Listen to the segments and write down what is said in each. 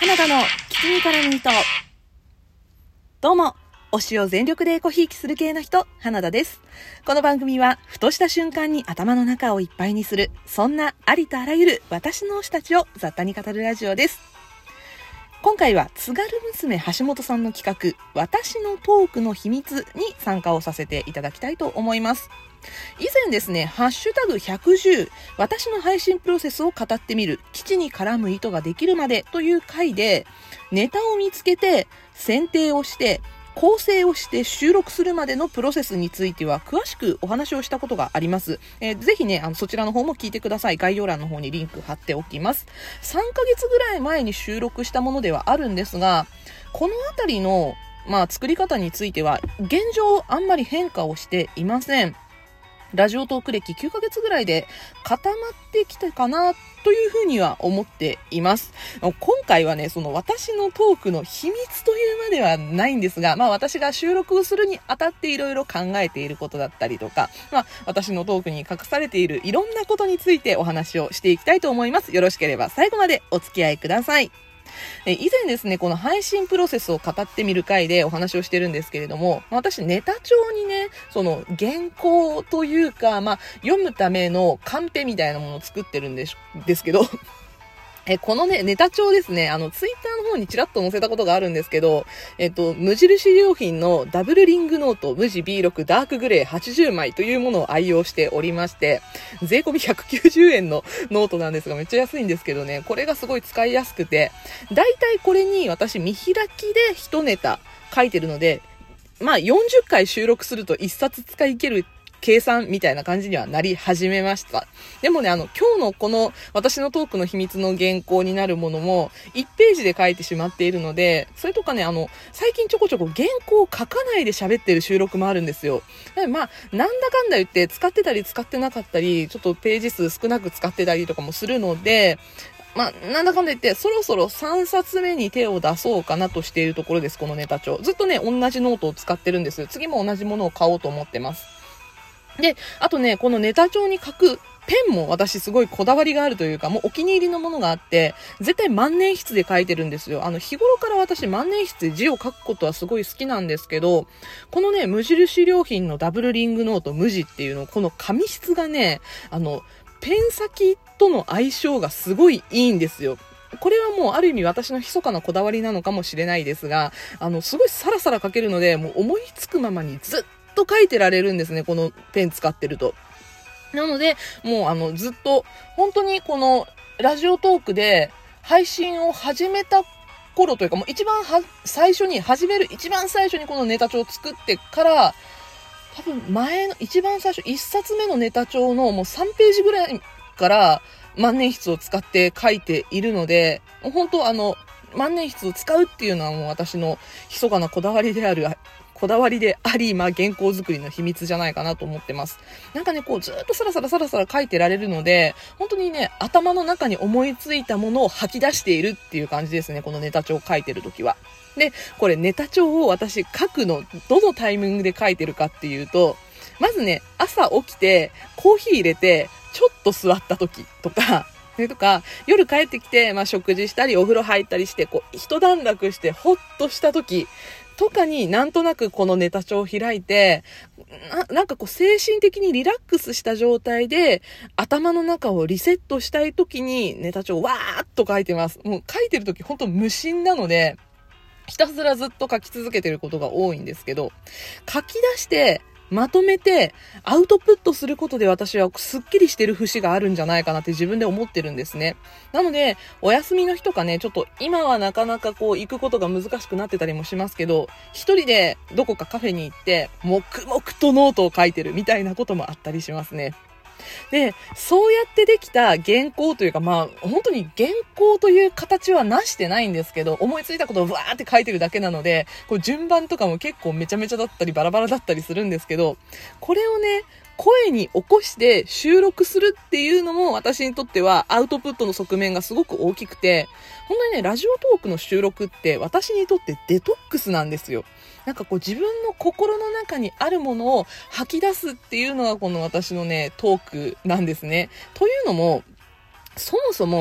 花田のキツネからミート。どうも、推しを全力でエコひいきする系の人、花田です。この番組はふとした瞬間に頭の中をいっぱいにする、そんなありとあらゆる私の推したちを雑多に語るラジオです。今回は津軽娘橋本さんの企画、私のトークの秘密に参加をさせていただきたいと思います。以前ですね、ハッシュタグ110、私の配信プロセスを語ってみる、基地に絡む意図ができるまでという回で、ネタを見つけて、選定をして、構成をして収録するまでのプロセスについては詳しくお話をしたことがあります。ぜひね、そちらの方も聞いてください。概要欄の方にリンク貼っておきます。3ヶ月ぐらい前に収録したものではあるんですが、このあたりの、作り方については、現状あんまり変化をしていません。ラジオトーク歴9ヶ月ぐらいで固まってきたかなというふうには思っています。今回はね、その私のトークの秘密というまではないんですが、私が収録をするにあたっていろいろ考えていることだったりとか、私のトークに隠されているいろんなことについてお話をしていきたいと思います。よろしければ最後までお付き合いください。以前ですね、この配信プロセスを語ってみる回でお話をしてるんですけれども、私ネタ帳にね、その原稿というか、読むためのカンペみたいなものを作ってるんですけど、このね、ネタ帳ですね、ツイッターの方にちらっと載せたことがあるんですけど、無印良品のダブルリングノート無地 B6 ダークグレー80枚というものを愛用しておりまして、税込み190円のノートなんですが、めっちゃ安いんですけどね、これがすごい使いやすくて、だいたいこれに私見開きで1ネタ書いてるので、40回収録すると1冊使い切る計算みたいな感じにはなり始めました。でもね、今日のこの私のトークの秘密の原稿になるものも1ページで書いてしまっているので、それとかね、最近ちょこちょこ原稿を書かないで喋ってる収録もあるんですよ。なんだかんだ言って使ってたり使ってなかったり、ちょっとページ数少なく使ってたりとかもするので、なんだかんだ言って、そろそろ3冊目に手を出そうかなとしているところです、このネタ帳。ずっとね、同じノートを使ってるんです。次も同じものを買おうと思ってます。で、あとね、このネタ帳に書くペンも私すごいこだわりがあるというか、もうお気に入りのものがあって、絶対万年筆で書いてるんですよ。日頃から私万年筆で字を書くことはすごい好きなんですけど、このね、無印良品のダブルリングノート無地っていうの、この紙質がね、ペン先との相性がすごいいいんですよ。これはもうある意味私の密かなこだわりなのかもしれないですが、すごいサラサラ書けるので、もう思いつくままにずっと書いてられるんですね、このペン使ってると。なので、もうずっと、本当にこのラジオトークで配信を始めた頃というか、もう一番最初にこのネタ帳を作ってから、多分前の一番最初、1冊目のネタ帳のもう3ページぐらいから万年筆を使って書いているので、本当万年筆を使うっていうのはもう私の密かなこだわりであり、原稿作りの秘密じゃないかなと思ってます。なんかね、こうずっとサラサラ書いてられるので、本当にね、頭の中に思いついたものを吐き出しているっていう感じですね、このネタ帳を書いてるときは。で、これネタ帳を私書くの、どのタイミングで書いてるかっていうと、まずね、朝起きて、コーヒー入れて、ちょっと座った時とか、夜帰ってきて、食事したり、お風呂入ったりして、一段落して、ほっとした時とかになんとなくこのネタ帳を開いて、なんか精神的にリラックスした状態で頭の中をリセットしたい時にネタ帳をわーっと書いてます。もう書いてる時本当無心なので、ひたすらずっと書き続けてることが多いんですけど、書き出してまとめてアウトプットすることで私はすっきりしてる節があるんじゃないかなって自分で思ってるんですね。なので、お休みの日とかね、ちょっと今はなかなか行くことが難しくなってたりもしますけど、一人でどこかカフェに行って黙々とノートを書いてるみたいなこともあったりしますね。で、そうやってできた原稿というか、本当に原稿という形はなしてないんですけど、思いついたことをわーって書いてるだけなので、順番とかも結構めちゃめちゃだったりバラバラだったりするんですけど、これをね、声に起こして収録するっていうのも私にとってはアウトプットの側面がすごく大きくて、本当にね、ラジオトークの収録って私にとってデトックスなんですよ。なんか自分の心の中にあるものを吐き出すっていうのがこの私のね、トークなんですね。というのも、そもそも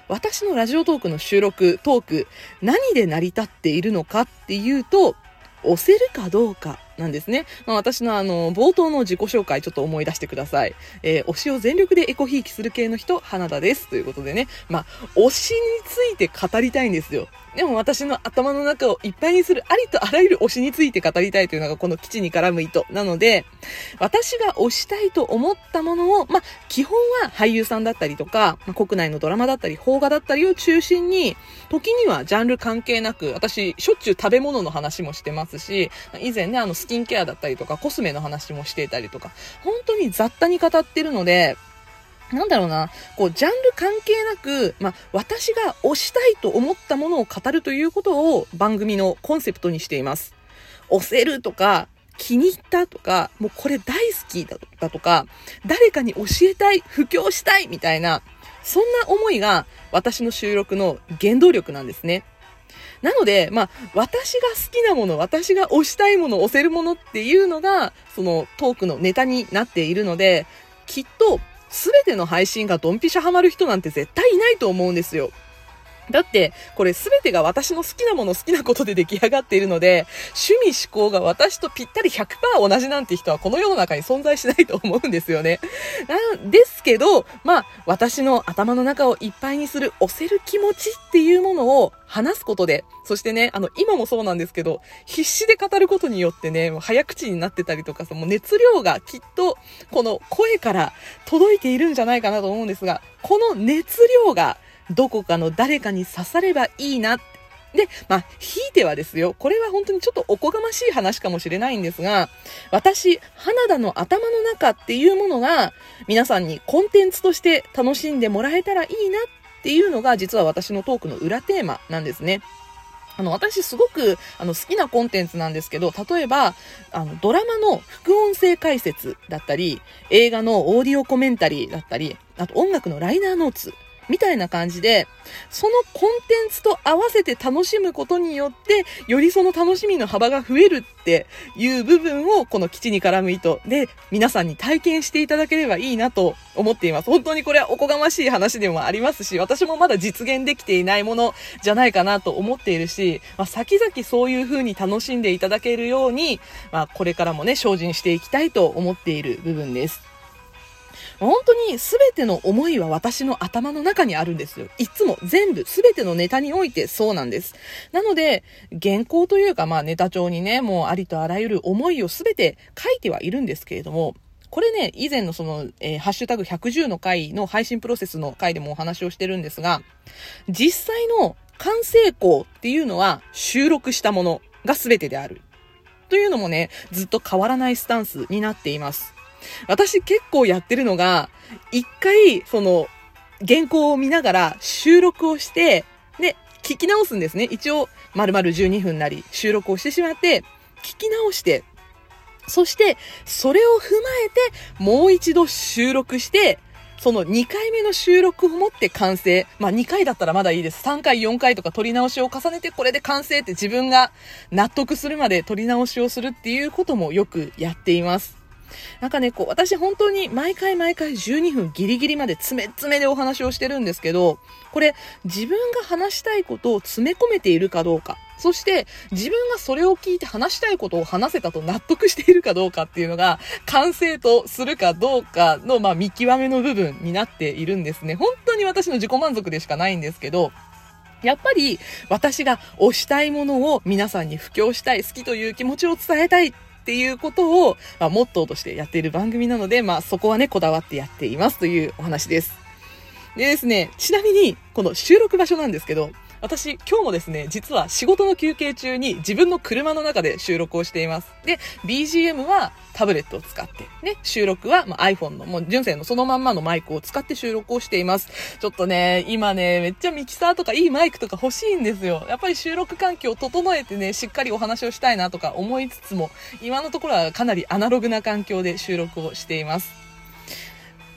私のラジオトークの収録、トーク、何で成り立っているのかっていうと、押せるかどうかなんですね。私の冒頭の自己紹介ちょっと思い出してください。推しを全力でエコひいきする系の人、花田です。ということでね。推しについて語りたいんですよ。でも私の頭の中をいっぱいにするありとあらゆる推しについて語りたいというのがこの基地に絡む意図なので、私が推したいと思ったものを、基本は俳優さんだったりとか、国内のドラマだったり、邦画だったりを中心に、時にはジャンル関係なく、私、しょっちゅう食べ物の話もしてますし、以前ね、スキンケアだったりとか、コスメの話もしていたりとか、本当に雑多に語ってるので、ジャンル関係なく、私が推したいと思ったものを語るということを番組のコンセプトにしています。推せるとか、気に入ったとか、もうこれ大好きだとか、誰かに教えたい、布教したいみたいな、そんな思いが私の収録の原動力なんですね。なので、私が好きなもの、私が推したいもの、推せるものっていうのが、そのトークのネタになっているので、きっと、すべての配信がドンピシャハマる人なんて絶対いないと思うんですよ。だって、これすべてが私の好きなもの、好きなことで出来上がっているので、趣味思考が私とぴったり 100% 同じなんて人はこの世の中に存在しないと思うんですよね。ですけど、私の頭の中をいっぱいにする推せる気持ちっていうものを話すことで、そしてね、今もそうなんですけど、必死で語ることによってね、もう早口になってたりとかさ、もう熱量がきっと、この声から届いているんじゃないかなと思うんですが、この熱量が、どこかの誰かに刺さればいいな。で、ひいてはですよ、これは本当にちょっとおこがましい話かもしれないんですが、私、花田の頭の中っていうものが、皆さんにコンテンツとして楽しんでもらえたらいいなっていうのが、実は私のトークの裏テーマなんですね。私すごく好きなコンテンツなんですけど、例えばドラマの副音声解説だったり、映画のオーディオコメンタリーだったり、あと音楽のライナーノーツみたいな感じで、そのコンテンツと合わせて楽しむことによって、よりその楽しみの幅が増えるっていう部分を、この基地に絡む意図で皆さんに体験していただければいいなと思っています。本当にこれはおこがましい話でもありますし、私もまだ実現できていないものじゃないかなと思っているし、先々そういう風に楽しんでいただけるように、これからもね、精進していきたいと思っている部分です。本当に全ての思いは私の頭の中にあるんですよ。いつも全部全てのネタにおいてそうなんです。なので、原稿というかネタ帳にね、もうありとあらゆる思いを全て書いてはいるんですけれども、これね、以前のその、ハッシュタグ110の回の配信プロセスの回でもお話をしてるんですが、実際の完成稿っていうのは収録したものが全てである。というのもね、ずっと変わらないスタンスになっています。私結構やってるのが、一回その原稿を見ながら収録をして、で、聞き直すんですね。一応丸々12分なり収録をしてしまって、聞き直して、そしてそれを踏まえてもう一度収録して、その2回目の収録をもって完成。2回だったらまだいいです。3回、4回とか撮り直しを重ねて、これで完成って自分が納得するまで撮り直しをするっていうこともよくやっています。私本当に毎回12分ギリギリまで詰め詰めでお話をしてるんですけど、これ自分が話したいことを詰め込めているかどうか、そして自分がそれを聞いて話したいことを話せたと納得しているかどうかっていうのが、完成とするかどうかの見極めの部分になっているんですね。本当に私の自己満足でしかないんですけど、やっぱり私が推したいものを皆さんに布教したい、好きという気持ちを伝えたいっていうことを、モットーとしてやっている番組なので、そこはね、こだわってやっていますというお話です。でですね、ちなみに、この収録場所なんですけど、私、今日もですね、実は仕事の休憩中に自分の車の中で収録をしています。で、BGM はタブレットを使って、ね、収録はiPhone の、もう純正のそのまんまのマイクを使って収録をしています。ちょっとね、今ね、めっちゃミキサーとかいいマイクとか欲しいんですよ。やっぱり収録環境を整えてね、しっかりお話をしたいなとか思いつつも、今のところはかなりアナログな環境で収録をしています。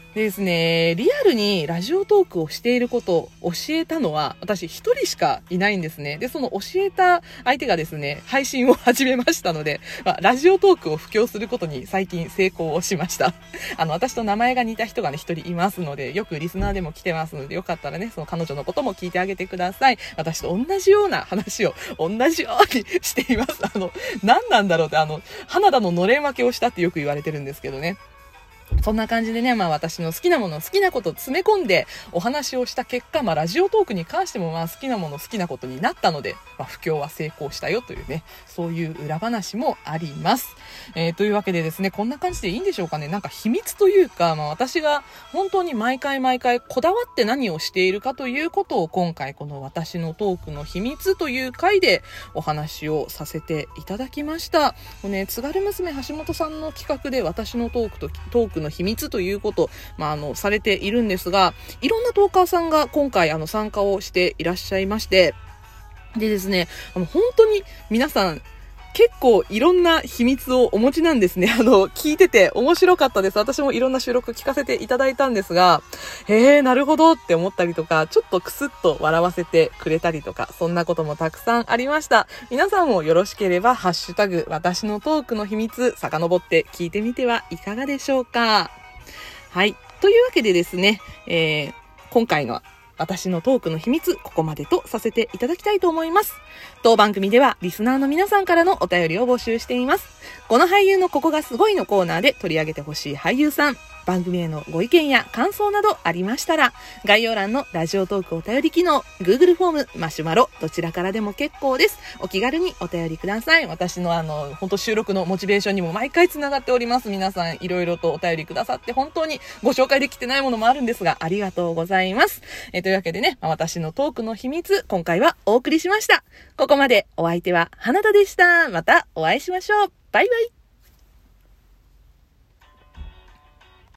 でですね、リアルにラジオトークをしていることを教えたのは私一人しかいないんですね。で、その教えた相手がですね、配信を始めましたので、ラジオトークを布教することに最近成功をしました。私と名前が似た人がね、一人いますので、よくリスナーでも来てますので、よかったらね、その彼女のことも聞いてあげてください。私と同じような話を同じようにしています。何なんだろうって、花田ののれん分けをしたってよく言われてるんですけどね。そんな感じでね、私の好きなもの、好きなことを詰め込んでお話をした結果、ラジオトークに関しても好きなもの、好きなことになったので、布教は成功したよというね、そういう裏話もあります。というわけでですね、こんな感じでいいんでしょうかね。なんか秘密というか、私が本当に毎回こだわって何をしているかということを今回この私のトークの秘密という回でお話をさせていただきました。もうね、津軽娘橋本さんの企画で私のトークの秘密ということ、されているんですが、いろんなトーカーさんが今回参加をしていらっしゃいまして、でですね、本当に皆さん結構いろんな秘密をお持ちなんですね。聞いてて面白かったです。私もいろんな収録聞かせていただいたんですが、なるほどって思ったりとか、ちょっとクスッと笑わせてくれたりとか、そんなこともたくさんありました。皆さんもよろしければ、ハッシュタグ、私のトークの秘密、遡って聞いてみてはいかがでしょうか。はい。というわけでですね、今回の私のトークの秘密、ここまでとさせていただきたいと思います。当番組ではリスナーの皆さんからのお便りを募集しています。この俳優のここがすごいのコーナーで取り上げてほしい俳優さん、番組へのご意見や感想などありましたら、概要欄のラジオトークお便り機能、Google フォーム、マシュマロ、どちらからでも結構です。お気軽にお便りください。私の本当収録のモチベーションにも毎回つながっております。皆さんいろいろとお便りくださって本当にご紹介できてないものもあるんですが、ありがとうございます。というわけでね、私のトークの秘密、今回はお送りしました。ここまでお相手は花田でした。またお会いしましょう。バイバイ。